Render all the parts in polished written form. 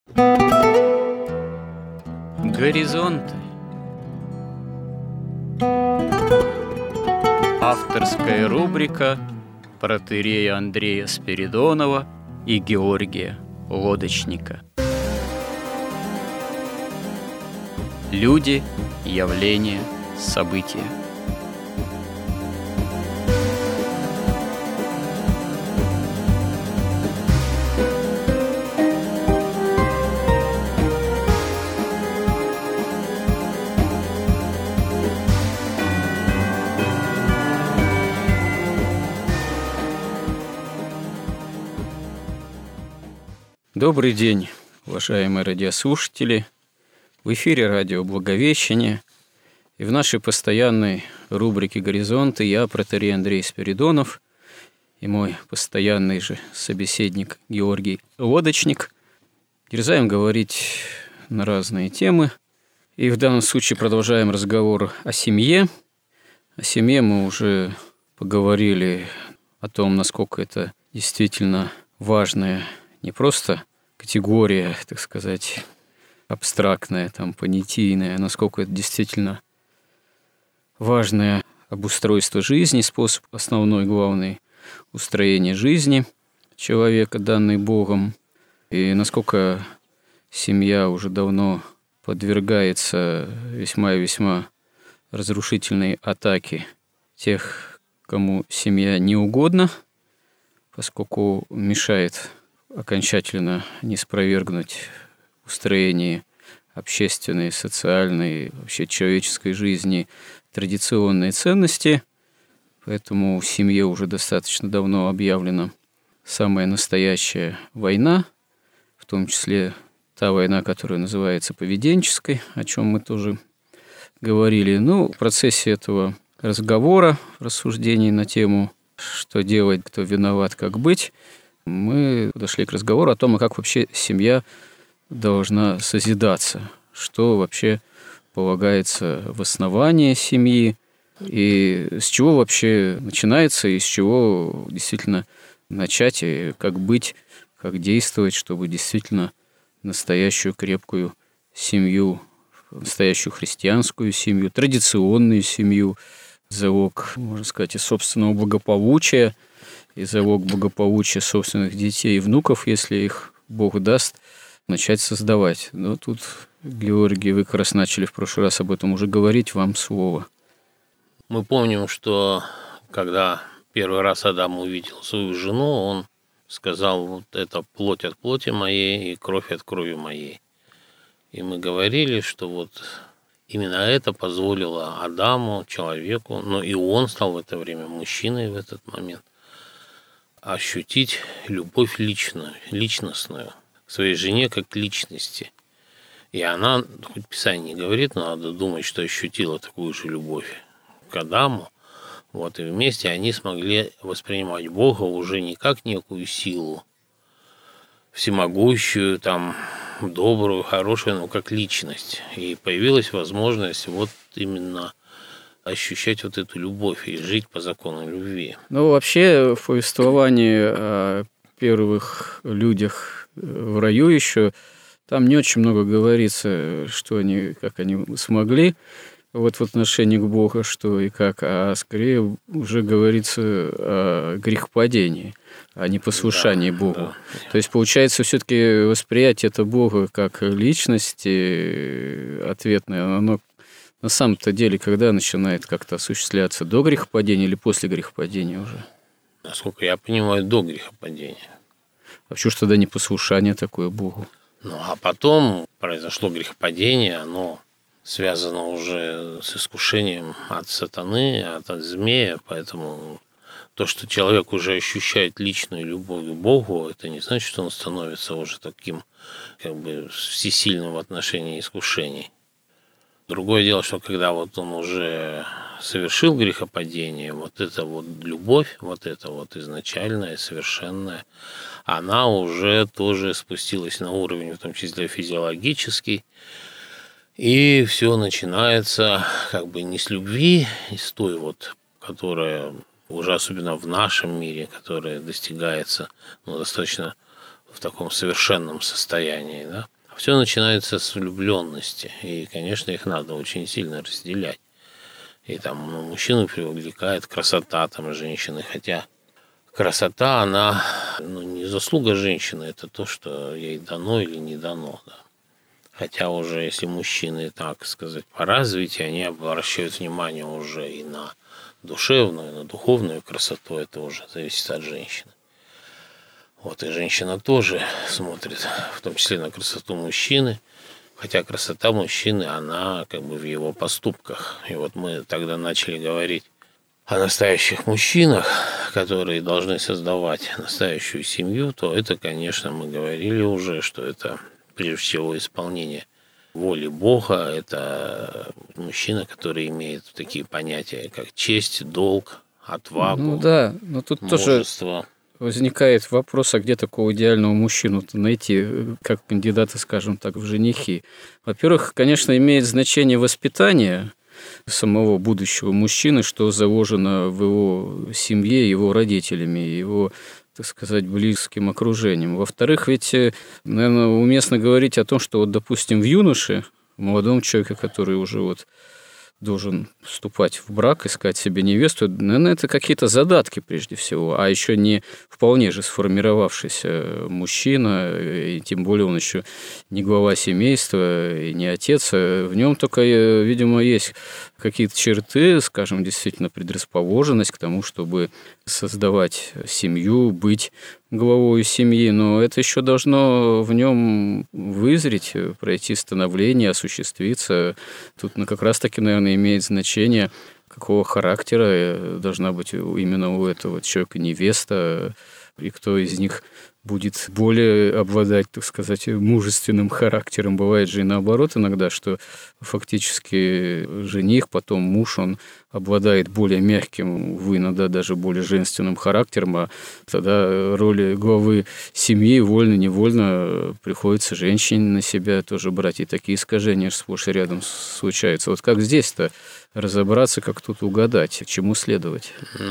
Горизонты. Авторская рубрика протоиерея Андрея Спиридонова и Георгия Лодочника. Люди, явления, события. Добрый день, уважаемые радиослушатели! В эфире радио «Благовещение», и в нашей постоянной рубрике «Горизонты» я, протоиерей Андрей Спиридонов, и мой постоянный же собеседник Георгий Лодочник дерзаем говорить на разные темы. И в данном случае продолжаем разговор о семье. О семье мы уже поговорили о том, насколько это действительно важная не просто категория, так сказать, абстрактная, понятийная, а насколько это действительно важное обустройство жизни, способ основной, главный устроения жизни человека, данный Богом, и насколько семья уже давно подвергается весьма и весьма разрушительной атаке тех, кому семья не угодна, поскольку мешает окончательно не спровергнуть устроение общественной, социальной, вообще человеческой жизни традиционные ценности. Поэтому в семье уже достаточно давно объявлена самая настоящая война, в том числе та война, которая называется поведенческой, о чем мы тоже говорили. В процессе этого разговора, рассуждений на тему, что делать, кто виноват, как быть, мы подошли к разговору о том, как вообще семья должна созидаться, что вообще полагается в основании семьи, и с чего вообще начинается, и с чего действительно начать, и как быть, как действовать, чтобы действительно настоящую крепкую семью, настоящую христианскую семью, традиционную семью, залог, можно сказать, и собственного благополучия, и залог благополучия собственных детей и внуков, если их Бог даст, начать создавать. Но тут, Георгий, вы как раз начали в прошлый раз об этом уже говорить, вам слово. Мы помним, что когда первый раз Адам увидел свою жену, он сказал: вот это плоть от плоти моей и кровь от крови моей. И мы говорили, что вот именно это позволило Адаму, человеку, но и он стал в это время мужчиной в этот момент, ощутить любовь личную, личностную к своей жене как к личности. И она, хоть Писание не говорит, но надо думать, что ощутила такую же любовь к Адаму. И вместе они смогли воспринимать Бога уже не как некую силу, всемогущую, добрую, хорошую, но как личность. И появилась возможность именно ощущать эту любовь и жить по закону любви. Вообще, в повествовании о первых людях в раю еще там не очень много говорится, что они, как они смогли в отношении к Богу, что и как, а скорее уже говорится о грехопадении, о непослушании Богу. Да. То есть, получается, все-таки восприятие это Бога как личности ответное, оно на самом-то деле, когда начинает как-то осуществляться, до грехопадения или после грехопадения уже? Насколько я понимаю, до грехопадения. А почему же тогда непослушание такое Богу? А потом произошло грехопадение, оно связано уже с искушением от сатаны, от змея, поэтому то, что человек уже ощущает личную любовь к Богу, это не значит, что он становится уже таким всесильным в отношении искушений. Другое дело, что когда он уже совершил грехопадение, эта любовь, эта изначальная, совершенная, она уже тоже спустилась на уровень, в том числе физиологический, и все начинается не с любви, не с той которая уже особенно в нашем мире, которая достигается достаточно в таком совершенном состоянии, да, Все начинается с влюбленности, и, конечно, их надо очень сильно разделять. И там мужчину привлекает красота там женщины, хотя красота, она не заслуга женщины, это то, что ей дано или не дано. Да. Хотя уже если мужчины, так сказать, по развитию, они обращают внимание уже и на душевную, и на духовную красоту, это уже зависит от женщины. Вот и женщина тоже смотрит, в том числе на красоту мужчины, хотя красота мужчины, она как бы в его поступках. И вот мы тогда начали говорить о настоящих мужчинах, которые должны создавать настоящую семью, то это, конечно, мы говорили уже, что это прежде всего исполнение воли Бога, это мужчина, который имеет такие понятия, как честь, долг, отвагу, Ну да, но тут мужество. Тоже возникает вопрос, а где такого идеального мужчину-то найти, как кандидата, скажем так, в женихи? Во-первых, конечно, имеет значение воспитание самого будущего мужчины, что заложено в его семье, его родителями, его, так сказать, близким окружением. Во-вторых, ведь, наверное, уместно говорить о том, что, вот, допустим, в юноше, в молодом человеке, который уже вот должен вступать в брак, искать себе невесту, наверное, это какие-то задатки прежде всего, а еще не вполне же сформировавшийся мужчина, и тем более он еще не глава семейства и не отец. В нем только, видимо, есть какие-то черты, скажем, действительно предрасположенность к тому, чтобы создавать семью, быть главой семьи, но это еще должно в нем вызреть, пройти становление, осуществиться. Тут как раз-таки, наверное, имеет значение, какого характера должна быть именно у этого человека невеста, и кто из них будет более обладать, так сказать, мужественным характером. Бывает же и наоборот иногда, что фактически жених, потом муж, он обладает более мягким, иногда даже более женственным характером, а тогда роли главы семьи вольно-невольно приходится женщине на себя тоже брать. И такие искажения сплошь и рядом случаются. Вот как здесь-то разобраться, как тут угадать, к чему следовать?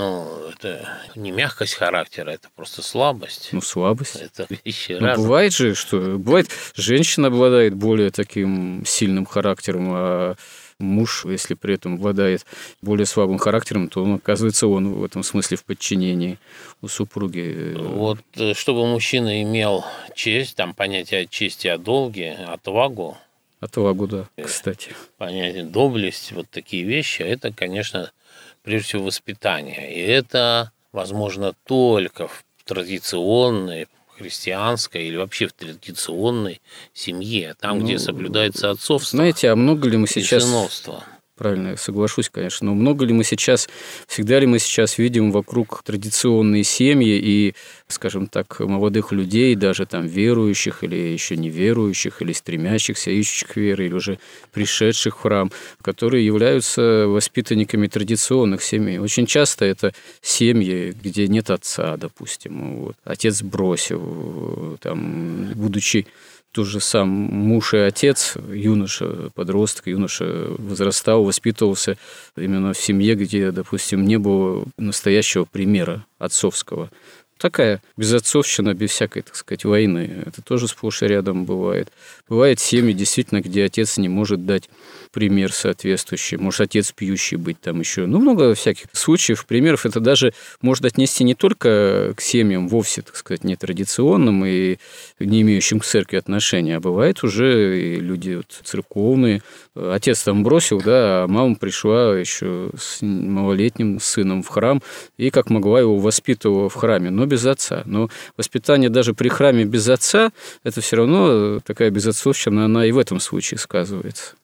Это не мягкость характера, это просто слабость. Слабость. Это вещи разные. Бывает же, что женщина обладает более таким сильным характером, а муж, если при этом обладает более слабым характером, то оказывается он в этом смысле в подчинении у супруги. Вот чтобы мужчина имел честь, там понятие чести о долге, отвагу. Отвагу, да, кстати. Понятие доблесть, вот такие вещи, это, конечно, прежде всего воспитание. И это возможно только в традиционной, христианской или вообще в традиционной семье, там, где соблюдается отцовство. Знаете, а много ли мы сейчас... сыновство. Правильно, я соглашусь, конечно. Но много ли мы сейчас, всегда ли мы сейчас видим вокруг традиционные семьи и, скажем так, молодых людей, даже там верующих или еще не верующих, или стремящихся, ищущих веры, или уже пришедших в храм, которые являются воспитанниками традиционных семей. Очень часто это семьи, где нет отца, допустим. Вот. Отец бросил, там, будучи тоже сам муж и отец, юноша, подросток, юноша возрастал, воспитывался именно в семье, где, допустим, не было настоящего примера отцовского. Такая безотцовщина, без всякой, так сказать, войны. Это тоже сплошь и рядом бывает. Бывают семьи, действительно, где отец не может дать пример соответствующий. Может, отец пьющий быть там еще. Много всяких случаев, примеров. Это даже может отнести не только к семьям вовсе, так сказать, нетрадиционным и не имеющим к церкви отношения, а бывает уже и люди церковные. Отец там бросил, да, а мама пришла еще с малолетним сыном в храм и, как могла, его воспитывала в храме, но без отца. Но воспитание даже при храме без отца, это все равно такая безотцовщина, она и в этом случае сказывается.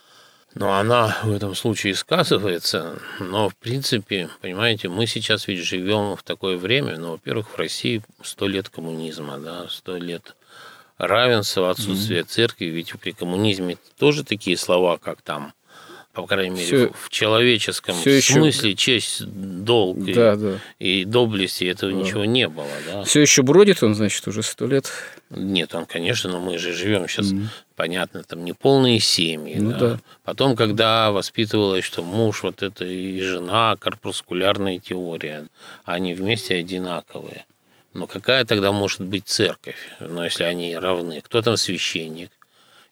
Она в этом случае сказывается, но, в принципе, понимаете, мы сейчас ведь живем в такое время, во-первых, в России 100 лет коммунизма, 100 лет равенства, отсутствия церкви, ведь при коммунизме тоже такие слова, как там, по крайней мере, в человеческом смысле честь, долг и доблести, этого ничего не было. Да? Все еще бродит он, значит, уже 100 лет? Нет, он, конечно, но мы же живем сейчас, понятно, там неполные семьи. Да. Потом, когда воспитывалось, что муж, вот это и жена, корпускулярная теория, они вместе одинаковые. Но какая тогда может быть церковь, если они равны? Кто там священник?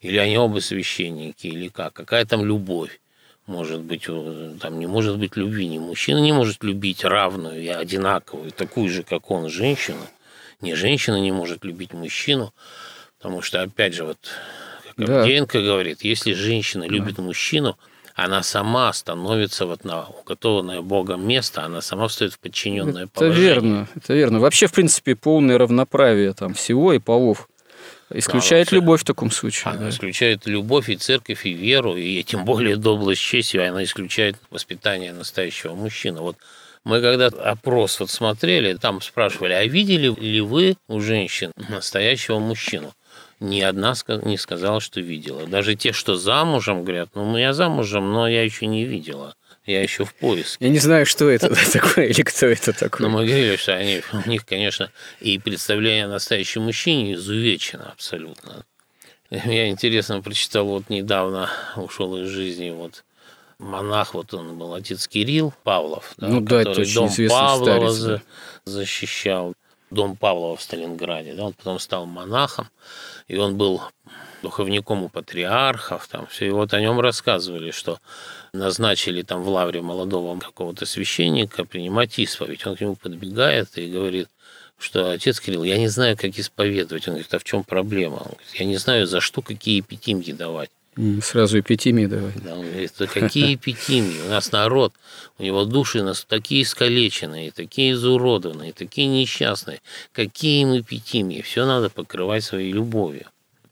Или они оба священники, или как? Какая там любовь? Может быть, там не может быть любви. Ни мужчина не может любить равную и одинаковую, такую же, как он, женщину. Ни женщина не может любить мужчину, потому что, опять же, вот как Авдеенко говорит, если женщина любит мужчину, она сама становится вот на уготованное Богом место, она сама встает в подчиненное положение. Это верно. Вообще, в принципе, полное равноправие там всего и полов исключает любовь в таком случае. Она исключает любовь и церковь, и веру, и тем более доблесть, честь, она исключает воспитание настоящего мужчины. Вот мы когда опрос вот смотрели, там спрашивали, а видели ли вы у женщин настоящего мужчину? Ни одна не сказала, что видела. Даже те, что замужем, говорят, я замужем, но я еще не видела. Я еще в поиске. Я не знаю, что это такое или кто это такой. Но мы говорили, что у них, конечно, и представление о настоящем мужчине изувечено абсолютно. Я интересно прочитал, вот недавно ушел из жизни монах, он был отец Кирилл Павлов, который дом Павлова защищал. Дом Павлова в Сталинграде. Он потом стал монахом, и он был духовником у патриархов. Все. И вот о нем рассказывали, что назначили в лавре молодого какого-то священника принимать исповедь. Он к нему подбегает и говорит, что отец Кирилл, я не знаю, как исповедовать. Он говорит, а в чем проблема? Он говорит, я не знаю, за что какие эпитимии давать. Сразу эпитимии давай. Да, он говорит, какие эпитимии? У нас народ, у него души такие искалеченные, такие изуродованные, такие несчастные. Какие им эпитимии? Все надо покрывать своей любовью.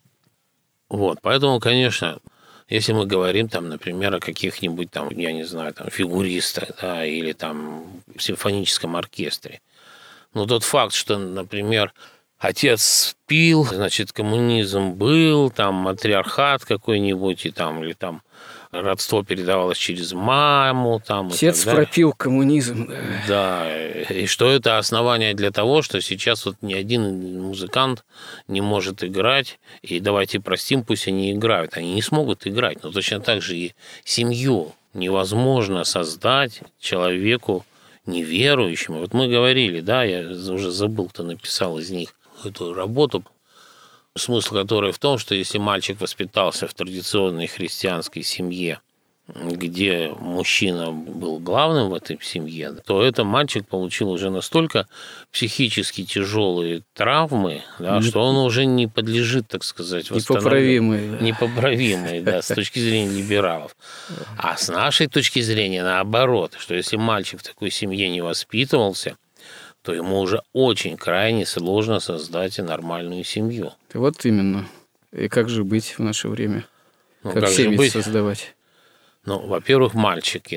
Поэтому, конечно, если мы говорим, например, о каких-нибудь, я не знаю, фигуристах, или в симфоническом оркестре. Тот факт, что, например, отец пил, значит, коммунизм был, матриархат какой-нибудь, или родство передавалось через маму. Отец пропил коммунизм. Да, и что это основание для того, что сейчас ни один музыкант не может играть, и давайте простим, пусть они играют. Они не смогут играть, но точно так же и семью невозможно создать человеку неверующему. Мы говорили, я уже забыл, кто написал из них эту работу, смысл которой в том, что если мальчик воспитался в традиционной христианской семье, где мужчина был главным в этой семье, то этот мальчик получил уже настолько психически тяжелые травмы, что он уже не подлежит, так сказать, восстановлению. Непоправимый, с точки зрения либералов. А с нашей точки зрения, наоборот, что если мальчик в такой семье не воспитывался, то ему уже очень крайне сложно создать нормальную семью. Вот именно. И как же быть в наше время? Как семьи создавать? Во-первых, мальчики,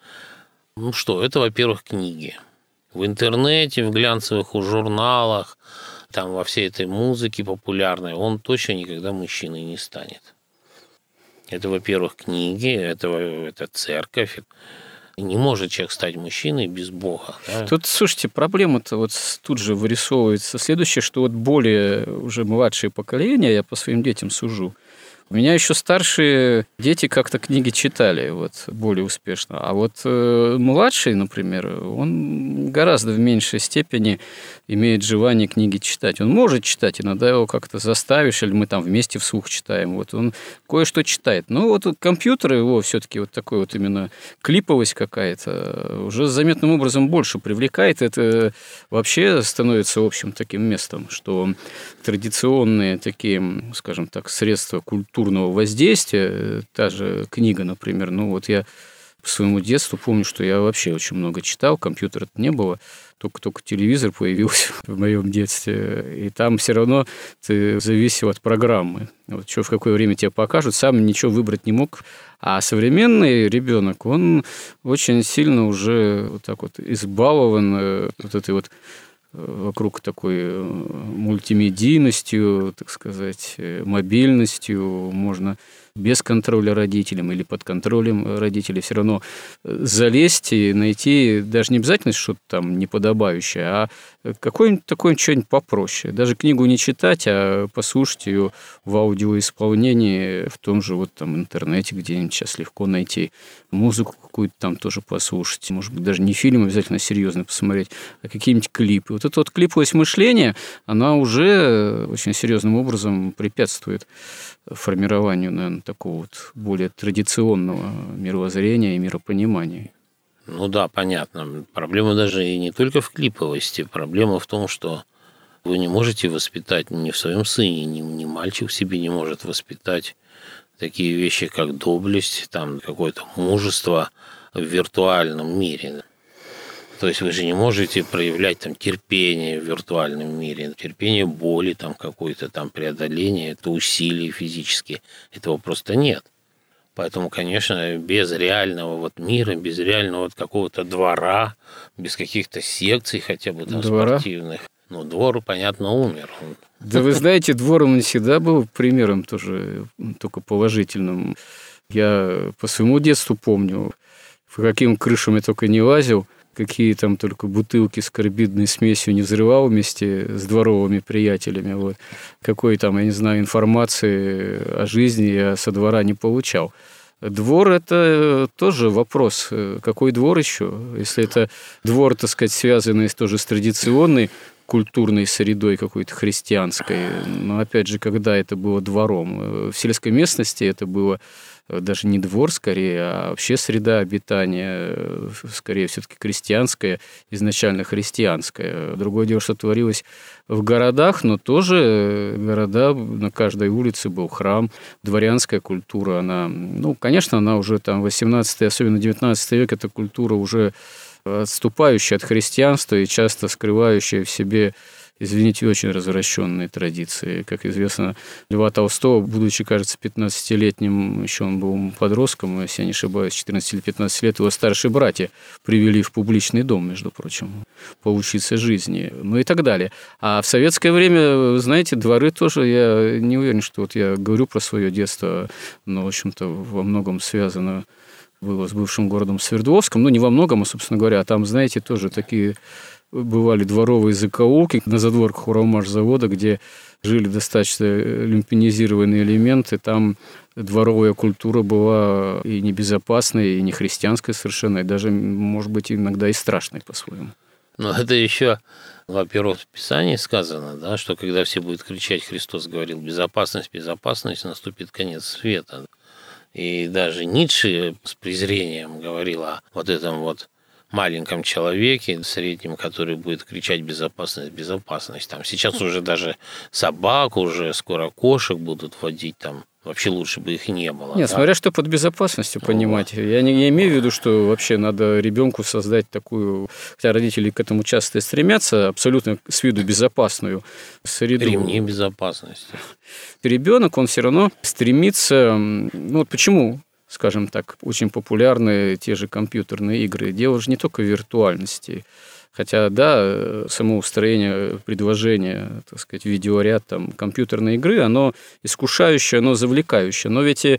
это, во-первых, книги. В интернете, в глянцевых журналах, во всей этой музыке популярной, он точно никогда мужчиной не станет. Это, во-первых, книги, это церковь. Не может человек стать мужчиной без Бога. Тут, слушайте, проблема-то тут же вырисовывается следующее, что более уже младшее поколение, я по своим детям сужу, у меня еще старшие дети как-то книги читали более успешно. А младший, например, он гораздо в меньшей степени имеет желание книги читать. Он может читать, иногда его как-то заставишь, или мы вместе вслух читаем. Он кое-что читает. Но компьютер его все-таки такой именно клиповость какая-то уже заметным образом больше привлекает. Это вообще становится общим таким местом, что традиционные такие, скажем так, средства культурного воздействия, та же книга, например, я по своему детству помню, что я вообще очень много читал, компьютера не было, только телевизор появился в моем детстве, и там все равно ты зависел от программы. Что в какое время тебе покажут, сам ничего выбрать не мог. А современный ребенок, он очень сильно уже избалован этой вокруг такой мультимедийностью, так сказать, мобильностью, можно без контроля родителям или под контролем родителей все равно залезть и найти даже не обязательно что-то неподобающее, а какое-нибудь такое что-нибудь попроще. Даже книгу не читать, а послушать ее в аудиоисполнении в том же интернете, где-нибудь сейчас легко найти. Музыку какую-то тоже послушать. Может быть, даже не фильм обязательно серьезно посмотреть, а какие-нибудь клипы. вот эта вот клиповость мышления, она уже очень серьезным образом препятствует формированию, наверное, такого вот более традиционного мировоззрения и миропонимания. Ну да, понятно. Проблема даже и не только в клиповости. Проблема в том, что вы не можете воспитать ни в своем сыне, ни мальчик в себе не может воспитать такие вещи, как доблесть, там какое-то мужество в виртуальном мире. То есть вы же не можете проявлять там терпение в виртуальном мире, терпение боли, там какое-то там преодоление, это усилия физические. Этого просто нет. Поэтому, конечно, без реального вот мира, без реального вот какого-то двора, без каких-то секций хотя бы там спортивных, ну, двор, понятно, умер. Да вы знаете, двор он всегда был примером тоже, только положительным. Я по своему детству помню, по каким крышам я только не лазил, какие там только бутылки с карбидной смесью не взрывал вместе с дворовыми приятелями. Вот. Какой там, я не знаю, информации о жизни я со двора не получал. Двор – это тоже вопрос. Какой двор еще? Если это двор, так сказать, связанный тоже с традиционной культурной средой какой-то христианской, но, опять же, когда это было двором? В сельской местности это было даже не двор, скорее, а вообще среда обитания, скорее, все-таки крестьянская, изначально христианская. Другое дело, что творилось в городах, но тоже города, на каждой улице был храм, дворянская культура, она, ну, конечно, она уже там 18 особенно 19 век, эта культура уже отступающая от христианства и часто скрывающая в себе, извините, очень развращенные традиции. Как известно, Льва Толстого, будучи, кажется, 15-летним, еще он был подростком, если я не ошибаюсь, 14 или 15 лет, его старшие братья привели в публичный дом, между прочим, поучиться жизни, ну и так далее. А в советское время, вы знаете, дворы тоже, я не уверен, что вот я говорю про свое детство, но, в общем-то, во многом связано было с бывшим городом Свердловском, ну, не во многом, а, собственно говоря, а там, знаете, тоже такие бывали дворовые закоулки на задворках Уралмашзавода, где жили достаточно люмпинизированные элементы, там дворовая культура была и небезопасной, и не христианской совершенно, и даже, может быть, иногда и страшной по-своему. Но это еще, во-первых, в Писании сказано, да, что когда все будут кричать, Христос говорил, безопасность, безопасность, наступит конец света. И даже Ницше с презрением говорил о вот этом вот маленьком человеке, среднем, который будет кричать «безопасность, безопасность». Там сейчас уже даже собак, уже скоро кошек будут водить там. Вообще лучше бы их не было. Нет, да? Смотря что под безопасностью понимать. Я не имею в виду, что вообще надо ребенку создать такую, хотя родители к этому часто стремятся, абсолютно с виду безопасную среду. Ремни безопасности. Ребенок, он все равно стремится. Ну вот почему, скажем так, очень популярны те же компьютерные игры. Дело же не только в виртуальности. Хотя, да, само устроение предложения, так сказать, видеоряд там, компьютерной игры, оно искушающее, оно завлекающее. Но ведь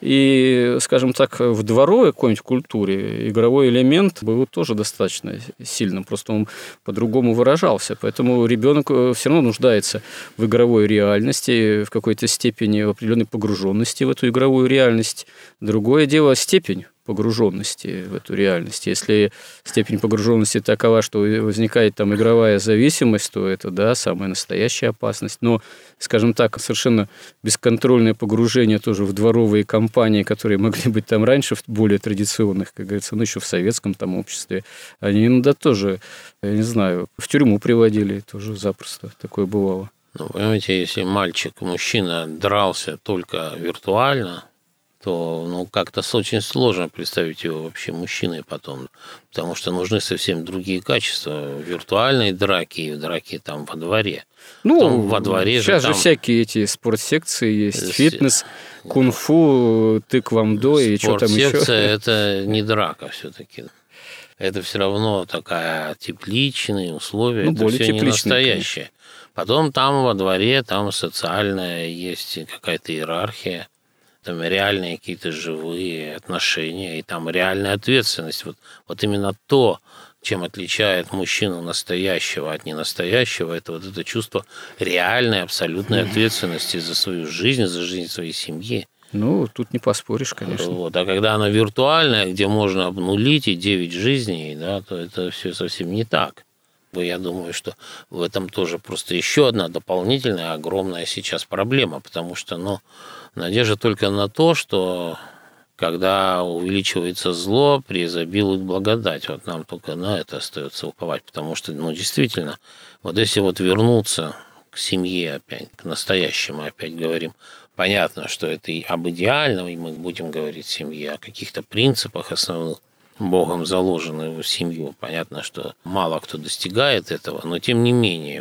и, скажем так, в дворовой какой-нибудь культуре игровой элемент был тоже достаточно сильным, просто он по-другому выражался. Поэтому ребенок все равно нуждается в игровой реальности, в какой-то степени, в определенной погруженности в эту игровую реальность. Другое дело – степень погруженности в эту реальность. Если степень погруженности такова, что возникает там игровая зависимость, то это, да, самая настоящая опасность. Но, скажем так, совершенно бесконтрольное погружение тоже в дворовые компании, которые могли быть там раньше, в более традиционных, как говорится, ну, еще в советском там обществе, они иногда тоже, я не знаю, в тюрьму приводили, тоже запросто такое бывало. Ну, понимаете, если мальчик-мужчина дрался только виртуально, то как-то очень сложно представить его вообще мужчиной потом, потому что нужны совсем другие качества в виртуальной драке и в драке там во дворе. Ну, потом, во дворе сейчас же всякие эти спортсекции есть, фитнес, кунг-фу, тэквондо и что там еще. Спортсекция – это не драка все-таки. Это все равно такая тепличные условия, это более все не настоящее. Конечно. Потом там во дворе, там социальная есть какая-то иерархия. Там реальные какие-то живые отношения, и там реальная ответственность. Вот именно то, чем отличает мужчину настоящего от ненастоящего, это вот это чувство реальной, абсолютной ответственности за свою жизнь, за жизнь своей семьи. Ну, тут не поспоришь, конечно. Вот. А когда она виртуальная, где можно обнулить и 9 жизней, да, то это все совсем не так. Я думаю, что в этом тоже просто еще одна дополнительная огромная сейчас проблема, потому что, надежда только на то, что когда увеличивается зло, преизобилует благодать. Вот нам только на это остается уповать, потому что, действительно, вот если вот вернуться к семье опять, к настоящему опять говорим, понятно, что это и об идеальном, и мы будем говорить в семье, о каких-то принципах основных, Богом заложенную в семью. Понятно, что мало кто достигает этого, но тем не менее,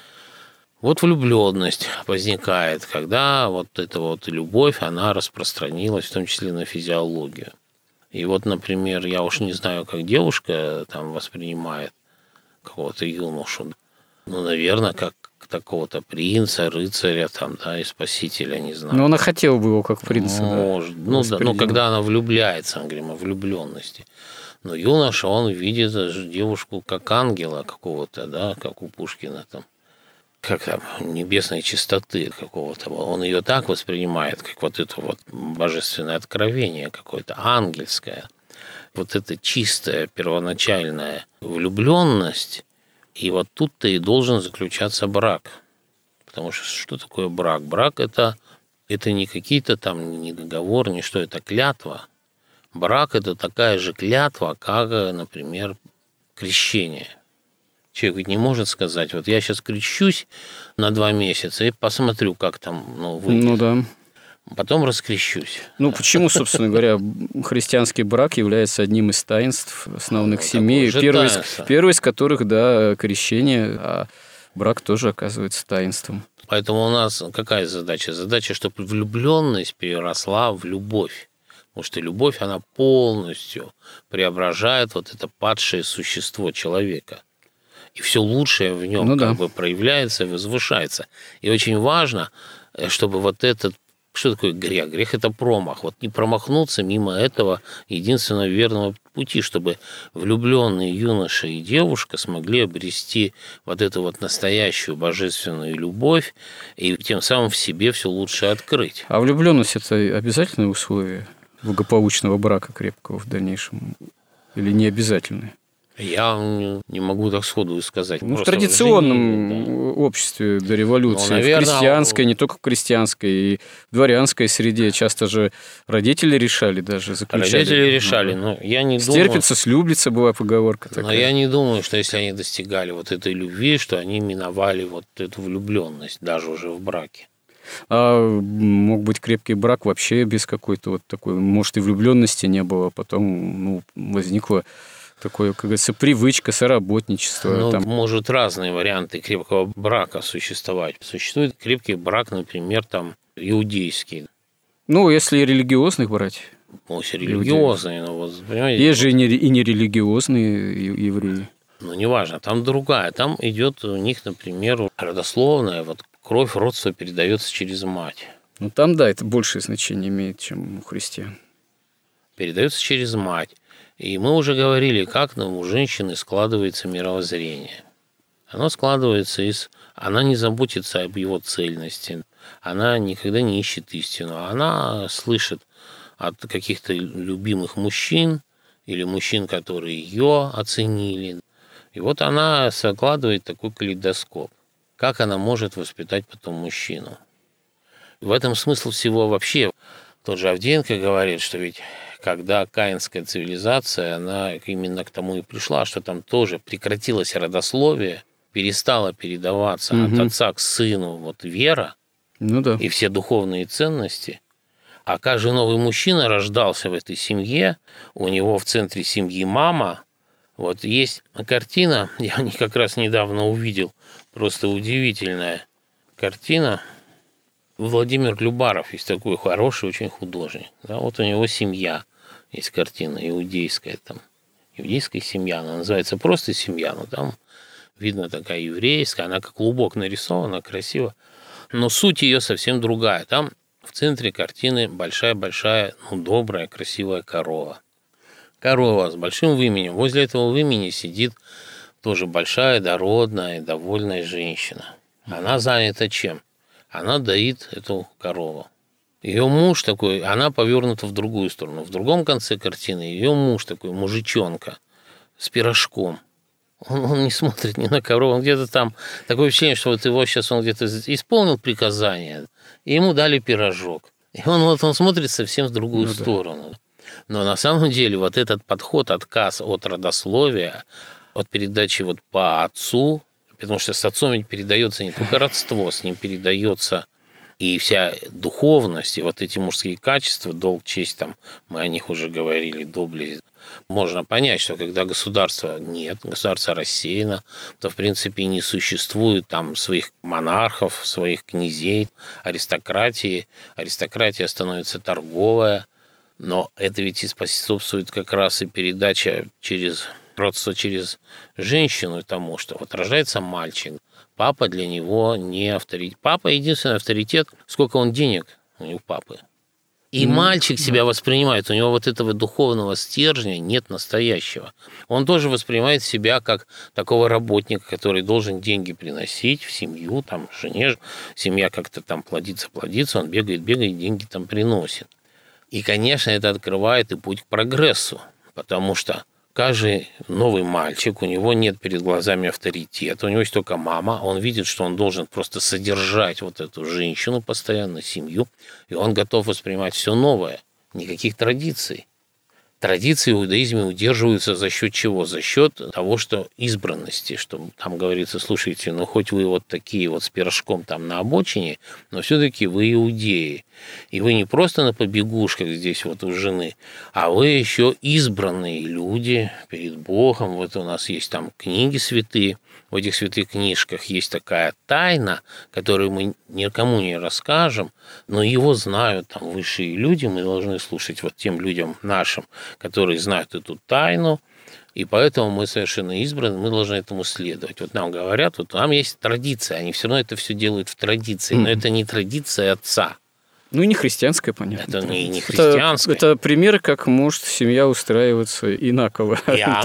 вот влюбленность возникает, когда вот эта вот любовь, она распространилась, в том числе на физиологию. И вот, например, я уж не знаю, как девушка там воспринимает какого-то юношу, наверное, как такого-то принца, рыцаря там, да, и спасителя, не знаю. Но она хотела бы его как принца. Может, когда она влюбляется, мы говорим о влюбленности. Но юноша, он видит девушку как ангела какого-то, да, как у Пушкина там, как там, небесной чистоты какого-то. Он ее так воспринимает, как вот это вот божественное откровение какое-то, ангельское. Вот это чистая первоначальная влюбленность. И вот тут-то и должен заключаться брак. Потому что такое брак? Брак – это не какие-то там не договор, не что, это клятва. Брак – это такая же клятва, как, например, крещение. Человек ведь не может сказать, вот я сейчас крещусь на 2 месяца и посмотрю, как там выйдет. Да. Потом раскрещусь. Почему, собственно говоря, христианский брак является одним из таинств основных семей, первое из которых, да, крещение, а брак тоже оказывается таинством. Поэтому у нас какая задача? Задача, чтобы влюбленность переросла в любовь. Потому что любовь, она полностью преображает вот это падшее существо человека. И все лучшее в нем проявляется и возвышается. И очень важно, чтобы вот этот... Что такое грех? Грех – это промах. Вот не промахнуться мимо этого единственного верного пути, чтобы влюбленные юноша и девушка смогли обрести вот эту вот настоящую божественную любовь и тем самым в себе все лучше открыть. А влюбленность – это обязательное условие благополучного брака крепкого в дальнейшем или не обязательное? Я не могу так сходу сказать. В традиционном обществе до революции, наверное, в крестьянской, не только в крестьянской, и в дворянской среде часто же родители решали даже, заключали. Родители решали, но я не думаю... Стерпится, слюбится, была поговорка такая. Но я не думаю, что если они достигали вот этой любви, что они миновали вот эту влюбленность, даже уже в браке. А мог быть крепкий брак вообще без какой-то вот такой, может, и влюбленности не было, потом возникла такое, как говорится, привычка, соработничество. Может, разные варианты крепкого брака существовать. Существует крепкий брак, например, там, иудейский. Если религиозных брать. Если религиозные, понимаете. Есть же и нерелигиозные евреи. Неважно, там другая. Там идет у них, например, родословная, кровь, родство передается через мать. Там, да, это большее значение имеет, чем у христиан. Передается через мать. И мы уже говорили, как у женщины складывается мировоззрение. Оно складывается она не заботится об его цельности, она никогда не ищет истину, она слышит от каких-то любимых мужчин или мужчин, которые ее оценили. И вот она складывает такой калейдоскоп. Как она может воспитать потом мужчину? В этом смысл всего вообще. Тот же Авдеенко говорит, что ведь когда каинская цивилизация, она именно к тому и пришла, что там тоже прекратилось родословие, перестала передаваться от отца к сыну вера и все духовные ценности. А каждый новый мужчина рождался в этой семье, у него в центре семьи мама. Есть картина, я как раз недавно увидел, просто удивительная картина. Владимир Любаров есть такой хороший очень художник. Да, у него семья. Есть картина иудейская, иудейская семья, она называется просто семья, но там видно такая еврейская, она как клубок нарисована, красиво, но суть ее совсем другая. Там в центре картины большая-большая, добрая, красивая корова. Корова с большим выменем. Возле этого вымени сидит тоже большая, дородная, довольная женщина. Она занята чем? Она доит эту корову. Ее муж такой, она повернута в другую сторону. В другом конце картины ее муж такой, мужичонка, с пирожком. Он не смотрит ни на кого, он где-то там, такое впечатление, что вот его сейчас он где-то исполнил приказание, и ему дали пирожок. И он смотрит совсем в другую сторону. Но на самом деле вот этот подход, отказ от родословия, от передачи вот по отцу, потому что с отцом ведь передается не только родство, с ним передается и вся духовность, и вот эти мужские качества, долг, честь, там, мы о них уже говорили, доблесть. Можно понять, что когда государства нет, государство рассеяно, то, в принципе, не существует там своих монархов, своих князей, аристократии. Аристократия становится торговая, но это ведь и способствует как раз и передача через родство через женщину тому, что вот рождается мальчик, папа для него не авторитет. Папа единственный авторитет, сколько он денег у папы. И мальчик себя воспринимает, у него вот этого духовного стержня нет настоящего. Он тоже воспринимает себя как такого работника, который должен деньги приносить в семью, там, жене, семья как-то там плодится, он бегает, деньги там приносит. И, конечно, это открывает и путь к прогрессу, потому что каждый новый мальчик, у него нет перед глазами авторитета, у него есть только мама, он видит, что он должен просто содержать вот эту женщину постоянно, семью, и он готов воспринимать все новое, никаких традиций. Традиции в иудаизме удерживаются за счет чего? За счет того, что избранности, что там говорится, слушайте, ну хоть вы вот такие вот с пирожком там на обочине, но все-таки вы иудеи. И вы не просто на побегушках здесь вот у жены, а вы еще избранные люди перед Богом. Вот у нас есть там книги святые, в этих святых книжках есть такая тайна, которую мы никому не расскажем, но его знают там высшие люди, мы должны слушать вот тем людям нашим, которые знают эту тайну, и поэтому мы совершенно избраны, мы должны этому следовать. Вот нам говорят, вот там есть традиция, они все равно это все делают в традиции, но это не традиция отца. Ну и не христианская, понятно. Это не христианская. Это пример, как может семья устраиваться инаково.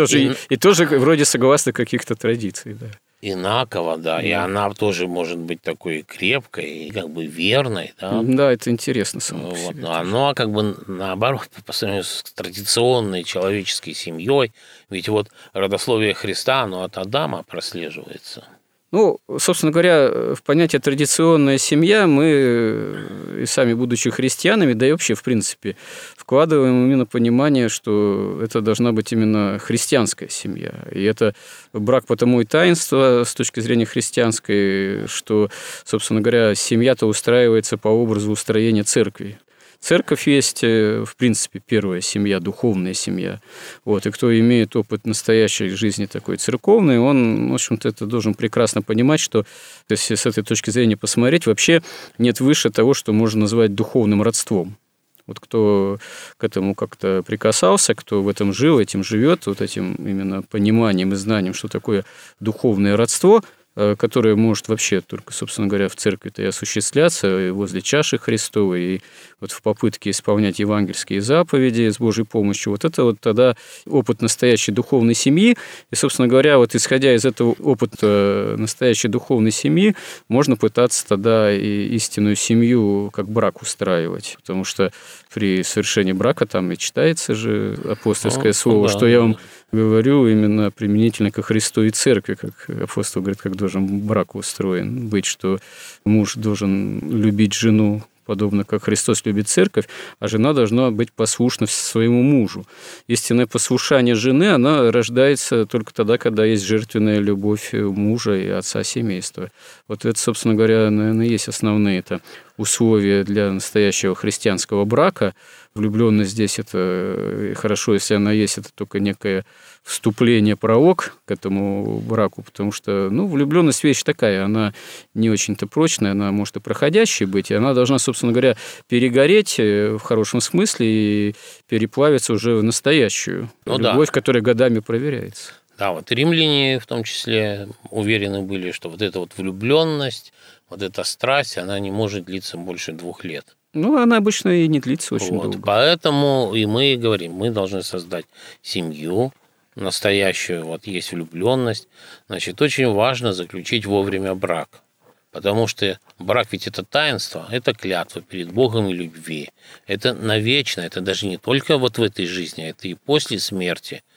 И тоже вроде согласно каких-то традиций. Да. Инаково, да. И она тоже может быть такой крепкой и как бы верной. Да, да, это интересно само по себе. Вот. Оно как бы наоборот, по сравнению с традиционной человеческой семьей, ведь вот родословие Христа, оно от Адама прослеживается. Ну, собственно говоря, в понятие «традиционная семья» мы, и сами будучи христианами, да и вообще, в принципе, вкладываем именно понимание, что это должна быть именно христианская семья. И это брак потому и таинство с точки зрения христианской, что, собственно говоря, семья-то устраивается по образу устроения церкви. Церковь есть, в принципе, первая семья, духовная семья. Вот. И кто имеет опыт настоящей жизни такой церковной, он, в общем-то, это должен прекрасно понимать, что, если с этой точки зрения посмотреть, вообще нет выше того, что можно назвать духовным родством. Вот кто к этому как-то прикасался, кто в этом жил, этим живет, вот этим именно пониманием и знанием, что такое духовное родство, которое может вообще только, собственно говоря, в церкви-то и осуществляться, и возле чаши Христовой, и вот в попытке исполнять евангельские заповеди с Божьей помощью. Вот это вот тогда опыт настоящей духовной семьи. И, собственно говоря, вот исходя из этого опыта настоящей духовной семьи, можно пытаться тогда и истинную семью как брак устраивать. Потому что при совершении брака там и читается же апостольское слово, что я вам говорю именно применительно ко Христу и церкви, как апостол говорит, как должен брак устроен быть, что муж должен любить жену, подобно как Христос любит церковь, а жена должна быть послушна своему мужу. Истинное послушание жены, она рождается только тогда, когда есть жертвенная любовь мужа и отца семейства. Вот это, собственно говоря, наверное, есть основные условия для настоящего христианского брака. Влюбленность здесь это хорошо, если она есть, это только некое вступление, пролог к этому браку, потому что, влюбленность вещь такая, она не очень-то прочная, она может и проходящей быть, и она должна, собственно говоря, перегореть в хорошем смысле и переплавиться уже в настоящую любовь, которая годами проверяется. Да, вот римляне в том числе уверены были, что вот эта вот влюбленность, вот эта страсть, она не может длиться больше 2 лет. Она обычно и не длится очень долго. Поэтому и мы говорим, мы должны создать семью настоящую, вот есть влюбленность. Значит, очень важно заключить вовремя брак. Потому что брак ведь это таинство, это клятва перед Богом и любви. Это навечно, это даже не только вот в этой жизни, это и после смерти.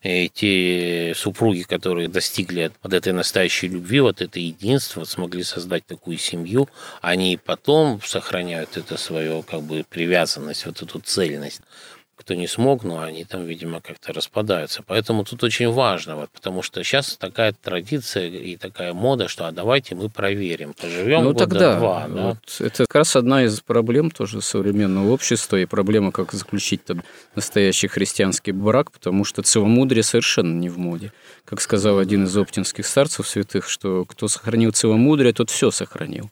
И те супруги, которые достигли вот этой настоящей любви, вот это единство, вот смогли создать такую семью, они и потом сохраняют это свою как бы привязанность, вот эту цельность. Кто не смог, но они там, видимо, как-то распадаются. Поэтому тут очень важно, вот, потому что сейчас такая традиция и такая мода, что давайте мы проверим, поживем года тогда, два. Да? Вот, это как раз одна из проблем тоже современного общества и проблема, как заключить там настоящий христианский брак, потому что целомудрие совершенно не в моде. Как сказал один из оптинских старцев святых, что кто сохранил целомудрие, тот все сохранил.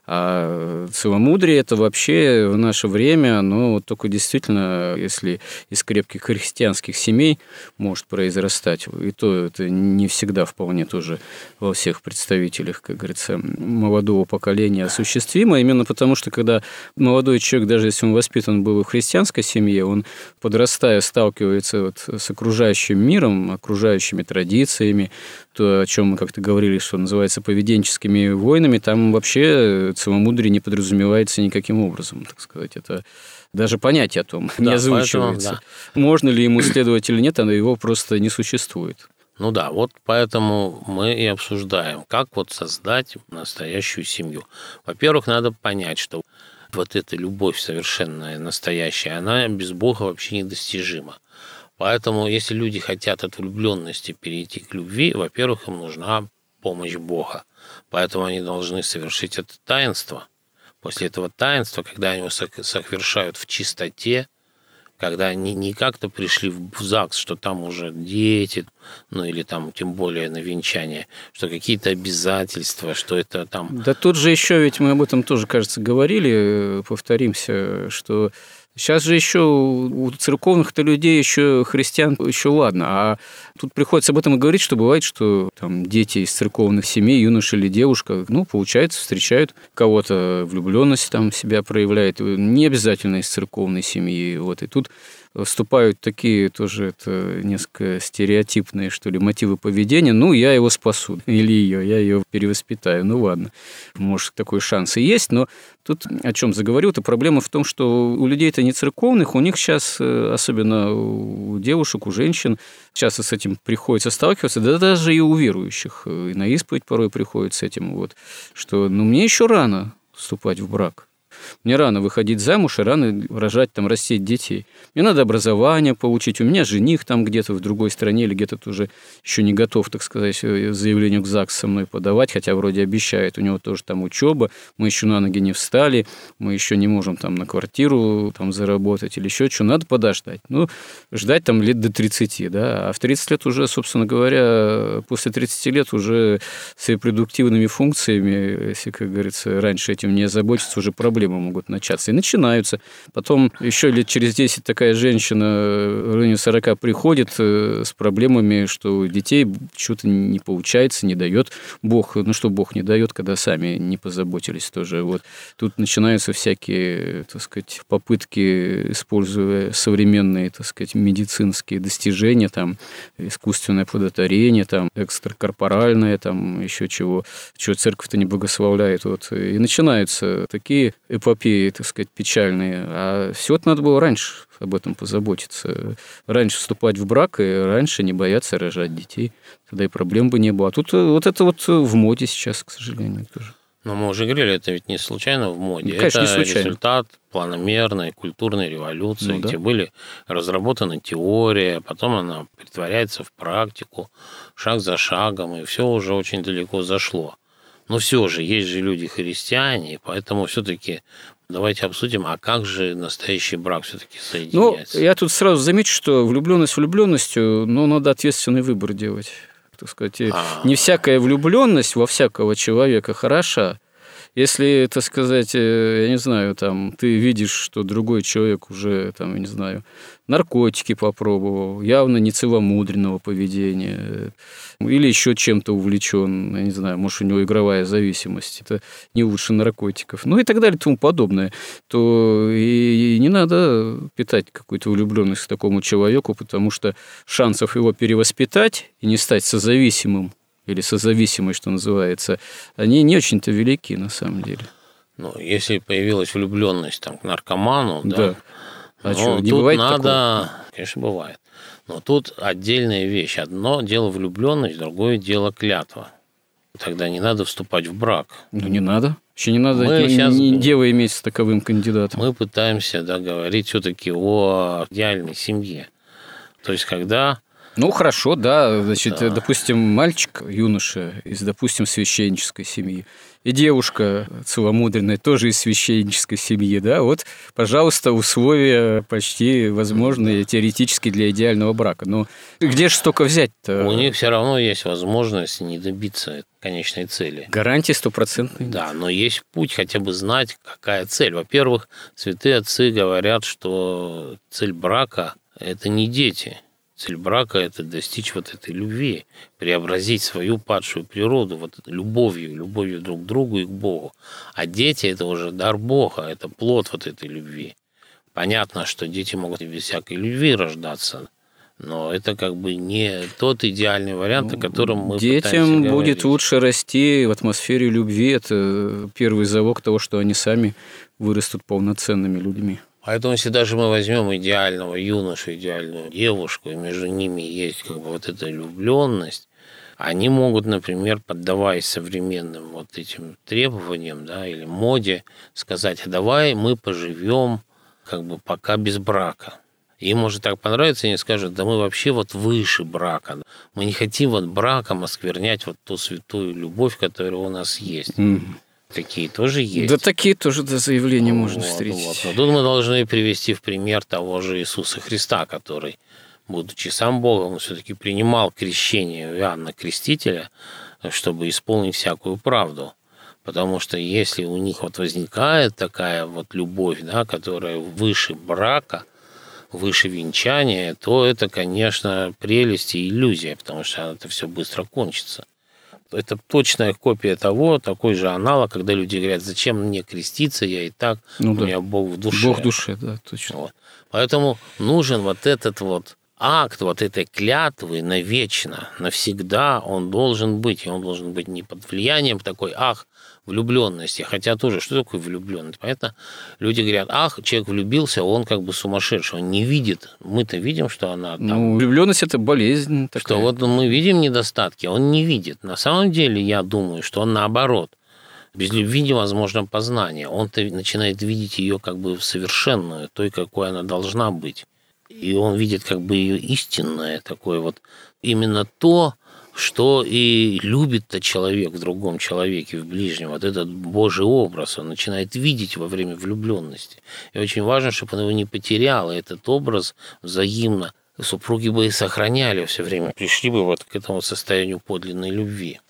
А целомудрие – это вообще в наше время, оно только действительно, если из крепких христианских семей может произрастать, и то это не всегда вполне тоже во всех представителях, как говорится, молодого поколения осуществимо, именно потому что, когда молодой человек, даже если он воспитан был в христианской семье, он, подрастая, сталкивается вот с окружающим миром, окружающими традициями, то, о чем мы как-то говорили, что называется поведенческими войнами, там вообще целомудрие не подразумевается никаким образом, так сказать. Это даже понятие о том не озвучивается. Поэтому, да. Можно ли ему следовать или нет, оно его просто не существует. Ну да, вот поэтому мы и обсуждаем, как вот создать настоящую семью. Во-первых, надо понять, что вот эта любовь совершенная, настоящая, она без Бога вообще недостижима. Поэтому, если люди хотят от влюбленности перейти к любви, во-первых, им нужна помощь Бога. Поэтому они должны совершить это таинство. После этого таинства, когда они его совершают в чистоте, когда они не как-то пришли в ЗАГС, что там уже дети, ну или там тем более на венчание, что какие-то обязательства, что это там... Да тут же еще, ведь мы об этом тоже, кажется, говорили, повторимся, что сейчас же еще у церковных-то людей, еще христиан, еще ладно, а тут приходится об этом и говорить, что бывает, что там дети из церковных семей, юноша или девушка, получается, встречают кого-то, влюбленность там себя проявляет, не обязательно из церковной семьи, вот, и тут вступают такие тоже это несколько стереотипные, что ли, мотивы поведения. Я его спасу, или я ее перевоспитаю. Ладно, может, такой шанс и есть, но тут о чем заговорил-то, проблема в том, что у людей-то не церковных, у них сейчас, особенно у девушек, у женщин, часто с этим приходится сталкиваться, да даже и у верующих, и на исповедь порой приходит с этим, что мне еще рано вступать в брак. Мне рано выходить замуж и рано рожать, растить детей. Мне надо образование получить. У меня жених там где-то в другой стране или где-то тоже еще не готов, так сказать, заявление к ЗАГС со мной подавать, хотя вроде обещает. У него тоже там учеба, мы еще на ноги не встали, мы еще не можем там на квартиру заработать или еще что. Надо подождать. Ждать лет до 30, да. А в 30 лет уже, собственно говоря, после 30 лет уже с репродуктивными функциями, если, как говорится, раньше этим не озаботиться, уже проблемы могут начаться. И начинаются. Потом еще лет через 10 такая женщина в районе 40 приходит с проблемами, что детей что-то не получается, не дает Бог. Что Бог не дает, когда сами не позаботились тоже. Тут начинаются всякие, так сказать, попытки, используя современные, так сказать, медицинские достижения, искусственное оплодотворение, экстракорпоральное, еще чего церковь-то не благословляет. И начинаются такие эпопеи, так сказать, печальные. А все это надо было раньше об этом позаботиться. Раньше вступать в брак и раньше не бояться рожать детей. Тогда и проблем бы не было. А тут это в моде сейчас, к сожалению, тоже. Но мы уже говорили, это ведь не случайно в моде. Конечно, это не случайно. Результат планомерной культурной революции, где были разработаны теории, потом она притворяется в практику, шаг за шагом, и все уже очень далеко зашло. Но все же, есть же люди-христиане, поэтому все-таки давайте обсудим, а как же настоящий брак все-таки соединяется? Я тут сразу замечу, что влюбленность влюбленностью, но надо ответственный выбор делать. Так сказать, не всякая влюбленность во всякого человека хороша. Если, так сказать, я не знаю, ты видишь, что другой человек уже, я не знаю, наркотики попробовал, явно нецеломудренного поведения, или еще чем-то увлечен, я не знаю, может, у него игровая зависимость, это не лучше наркотиков, и так далее, и тому подобное, то и не надо питать какую-то влюбленность к такому человеку, потому что шансов его перевоспитать и не стать созависимым, или созависимой, что называется, они не очень-то велики на самом деле. Если появилась влюбленность к наркоману, да, А что, не бывает такого? Конечно, бывает. Но тут отдельная вещь. Одно дело влюбленность, другое дело клятва. Тогда не надо вступать в брак. Ну, не надо. Еще не надо дело иметь с таковым кандидатом. Мы пытаемся говорить все-таки о идеальной семье. То есть, когда... Ну, хорошо, да. Значит, допустим, мальчик, юноша из, допустим, священнической семьи, и девушка целомудренная тоже из священнической семьи, да, вот, пожалуйста, условия почти возможные теоретически для идеального брака. Но где же столько взять-то? У них все равно есть возможность не добиться конечной цели. Гарантии стопроцентные. Да, но есть путь хотя бы знать, какая цель. Во-первых, святые отцы говорят, что цель брака – это не дети. Цель брака – это достичь вот этой любви, преобразить свою падшую природу вот любовью друг к другу и к Богу. А дети – это уже дар Бога, это плод вот этой любви. Понятно, что дети могут без всякой любви рождаться, но это как бы не тот идеальный вариант, о котором мы пытаемся говорить. Детям будет лучше расти в атмосфере любви. Это первый залог того, что они сами вырастут полноценными людьми. Поэтому, если даже мы возьмем идеального юношу, идеальную девушку, и между ними есть как бы вот эта влюбленность, они могут, например, поддаваясь современным вот этим требованиям, да, или моде, сказать: а давай мы поживем как бы пока без брака. Им может так понравиться, и они скажут: да мы вообще вот выше брака. Мы не хотим вот браком осквернять вот ту святую любовь, которая у нас есть. Такие тоже есть. Да, такие тоже до заявления можно встретить. Но тут мы должны привести в пример того же Иисуса Христа, который, будучи сам Богом, он все-таки принимал крещение Иоанна Крестителя, чтобы исполнить всякую правду. Потому что если у них вот возникает такая вот любовь, да, которая выше брака, выше венчания, то это, конечно, прелесть и иллюзия, потому что это все быстро кончится. Это точная копия того, такой же аналог, когда люди говорят: зачем мне креститься, я и так, у меня Бог в душе. Бог в душе, да, точно. Вот. Поэтому нужен вот этот вот акт, вот этой клятвы навечно, навсегда он должен быть. И он должен быть не под влиянием такой, влюбленности. Хотя тоже, что такое влюбленность? Понятно? Люди говорят: человек влюбился, он как бы сумасшедший, он не видит. Мы-то видим, что она там... Ну, влюбленность – это болезнь такая. Что вот мы видим недостатки, он не видит. На самом деле, я думаю, что он наоборот. Без любви невозможно познание. Он-то начинает видеть ее как бы совершенную, той, какой она должна быть. И он видит как бы ее истинное, такое вот именно то, что и любит-то человек в другом человеке, в ближнем. Вот этот Божий образ он начинает видеть во время влюбленности. И очень важно, чтобы он его не потерял, и этот образ взаимно супруги бы и сохраняли все время, пришли бы вот к этому состоянию подлинной любви.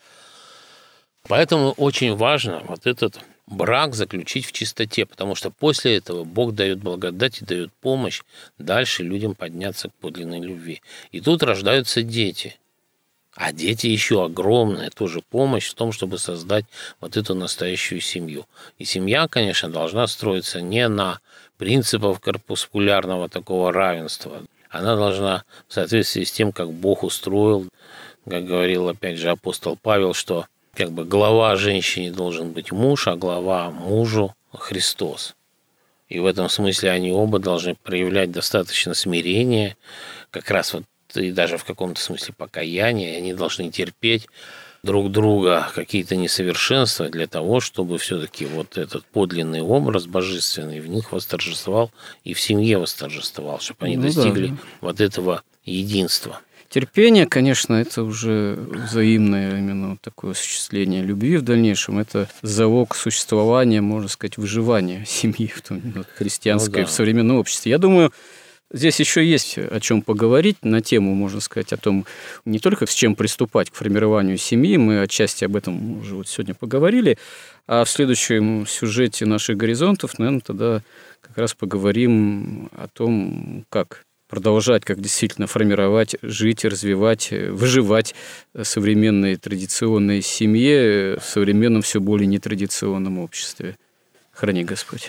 Поэтому очень важно вот этот брак заключить в чистоте, потому что после этого Бог дает благодать и дает помощь дальше людям подняться к подлинной любви. И тут рождаются дети. А дети еще огромная тоже помощь в том, чтобы создать вот эту настоящую семью. И семья, конечно, должна строиться не на принципах корпускулярного такого равенства. Она должна в соответствии с тем, как Бог устроил, как говорил опять же апостол Павел, что как бы глава женщине должен быть муж, а глава мужу Христос. И в этом смысле они оба должны проявлять достаточно смирения, как раз вот и даже в каком-то смысле покаяние, и они должны терпеть друг друга какие-то несовершенства для того, чтобы все-таки вот этот подлинный образ божественный в них восторжествовал и в семье восторжествовал, чтобы они достигли вот этого единства. Терпение, конечно, это уже взаимное именно вот такое осуществление любви в дальнейшем. Это залог существования, можно сказать, выживания семьи в том христианской, в современном обществе. Я думаю, здесь еще есть о чем поговорить на тему, можно сказать, о том, не только с чем приступать к формированию семьи, мы отчасти об этом уже вот сегодня поговорили, а в следующем сюжете наших горизонтов, наверное, тогда как раз поговорим о том, как продолжать, как действительно формировать, жить, развивать, выживать современной традиционной семье в современном все более нетрадиционном обществе. Храни Господь.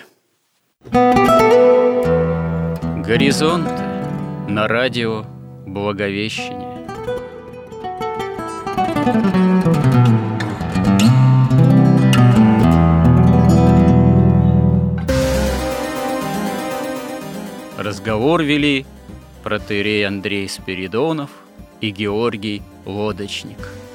Горизонт на радио Благовещение. Разговор вели протоиерей Андрей Спиридонов и Георгий Лодочник.